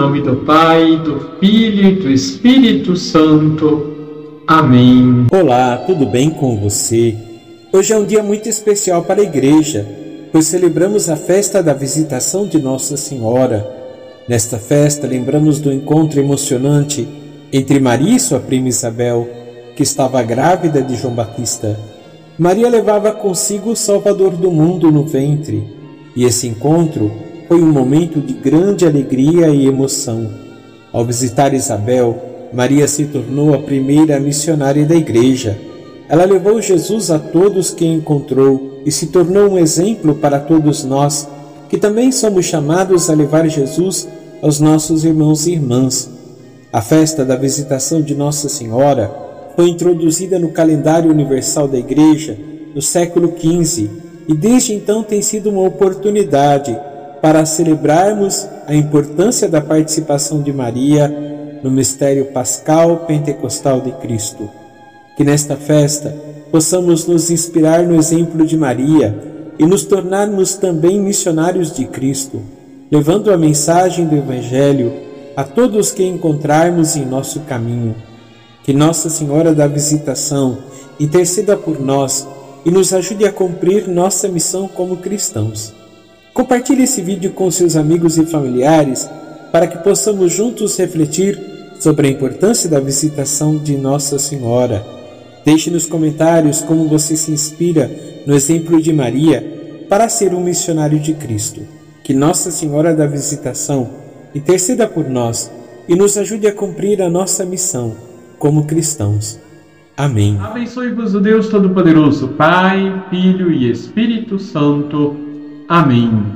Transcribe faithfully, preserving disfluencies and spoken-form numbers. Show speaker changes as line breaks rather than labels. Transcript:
nome do Pai, do Filho e do Espírito Santo. Amém.
Olá, tudo bem com você? Hoje é um dia muito especial para a Igreja, pois celebramos a festa da visitação de Nossa Senhora. Nesta festa, lembramos do encontro emocionante entre Maria e sua prima Isabel, que estava grávida de João Batista. Maria levava consigo o Salvador do mundo no ventre, e esse encontro foi um momento de grande alegria e emoção. Ao visitar Isabel, Maria se tornou a primeira missionária da Igreja. Ela levou Jesus a todos que encontrou e se tornou um exemplo para todos nós, que também somos chamados a levar Jesus aos nossos irmãos e irmãs. A festa da visitação de Nossa Senhora foi introduzida no calendário universal da Igreja no século quinze e desde então tem sido uma oportunidade para celebrarmos a importância da participação de Maria no mistério pascal pentecostal de Cristo. Que nesta festa possamos nos inspirar no exemplo de Maria e nos tornarmos também missionários de Cristo, levando a mensagem do Evangelho a todos que encontrarmos em nosso caminho. Que Nossa Senhora da Visitação interceda por nós e nos ajude a cumprir nossa missão como cristãos. Compartilhe esse vídeo com seus amigos e familiares para que possamos juntos refletir sobre a importância da visitação de Nossa Senhora. Deixe nos comentários como você se inspira no exemplo de Maria para ser um missionário de Cristo. Que Nossa Senhora da Visitação interceda por nós e nos ajude a cumprir a nossa missão como cristãos. Amém.
Abençoe-vos o Deus Todo-Poderoso, Pai, Filho e Espírito Santo. Amém.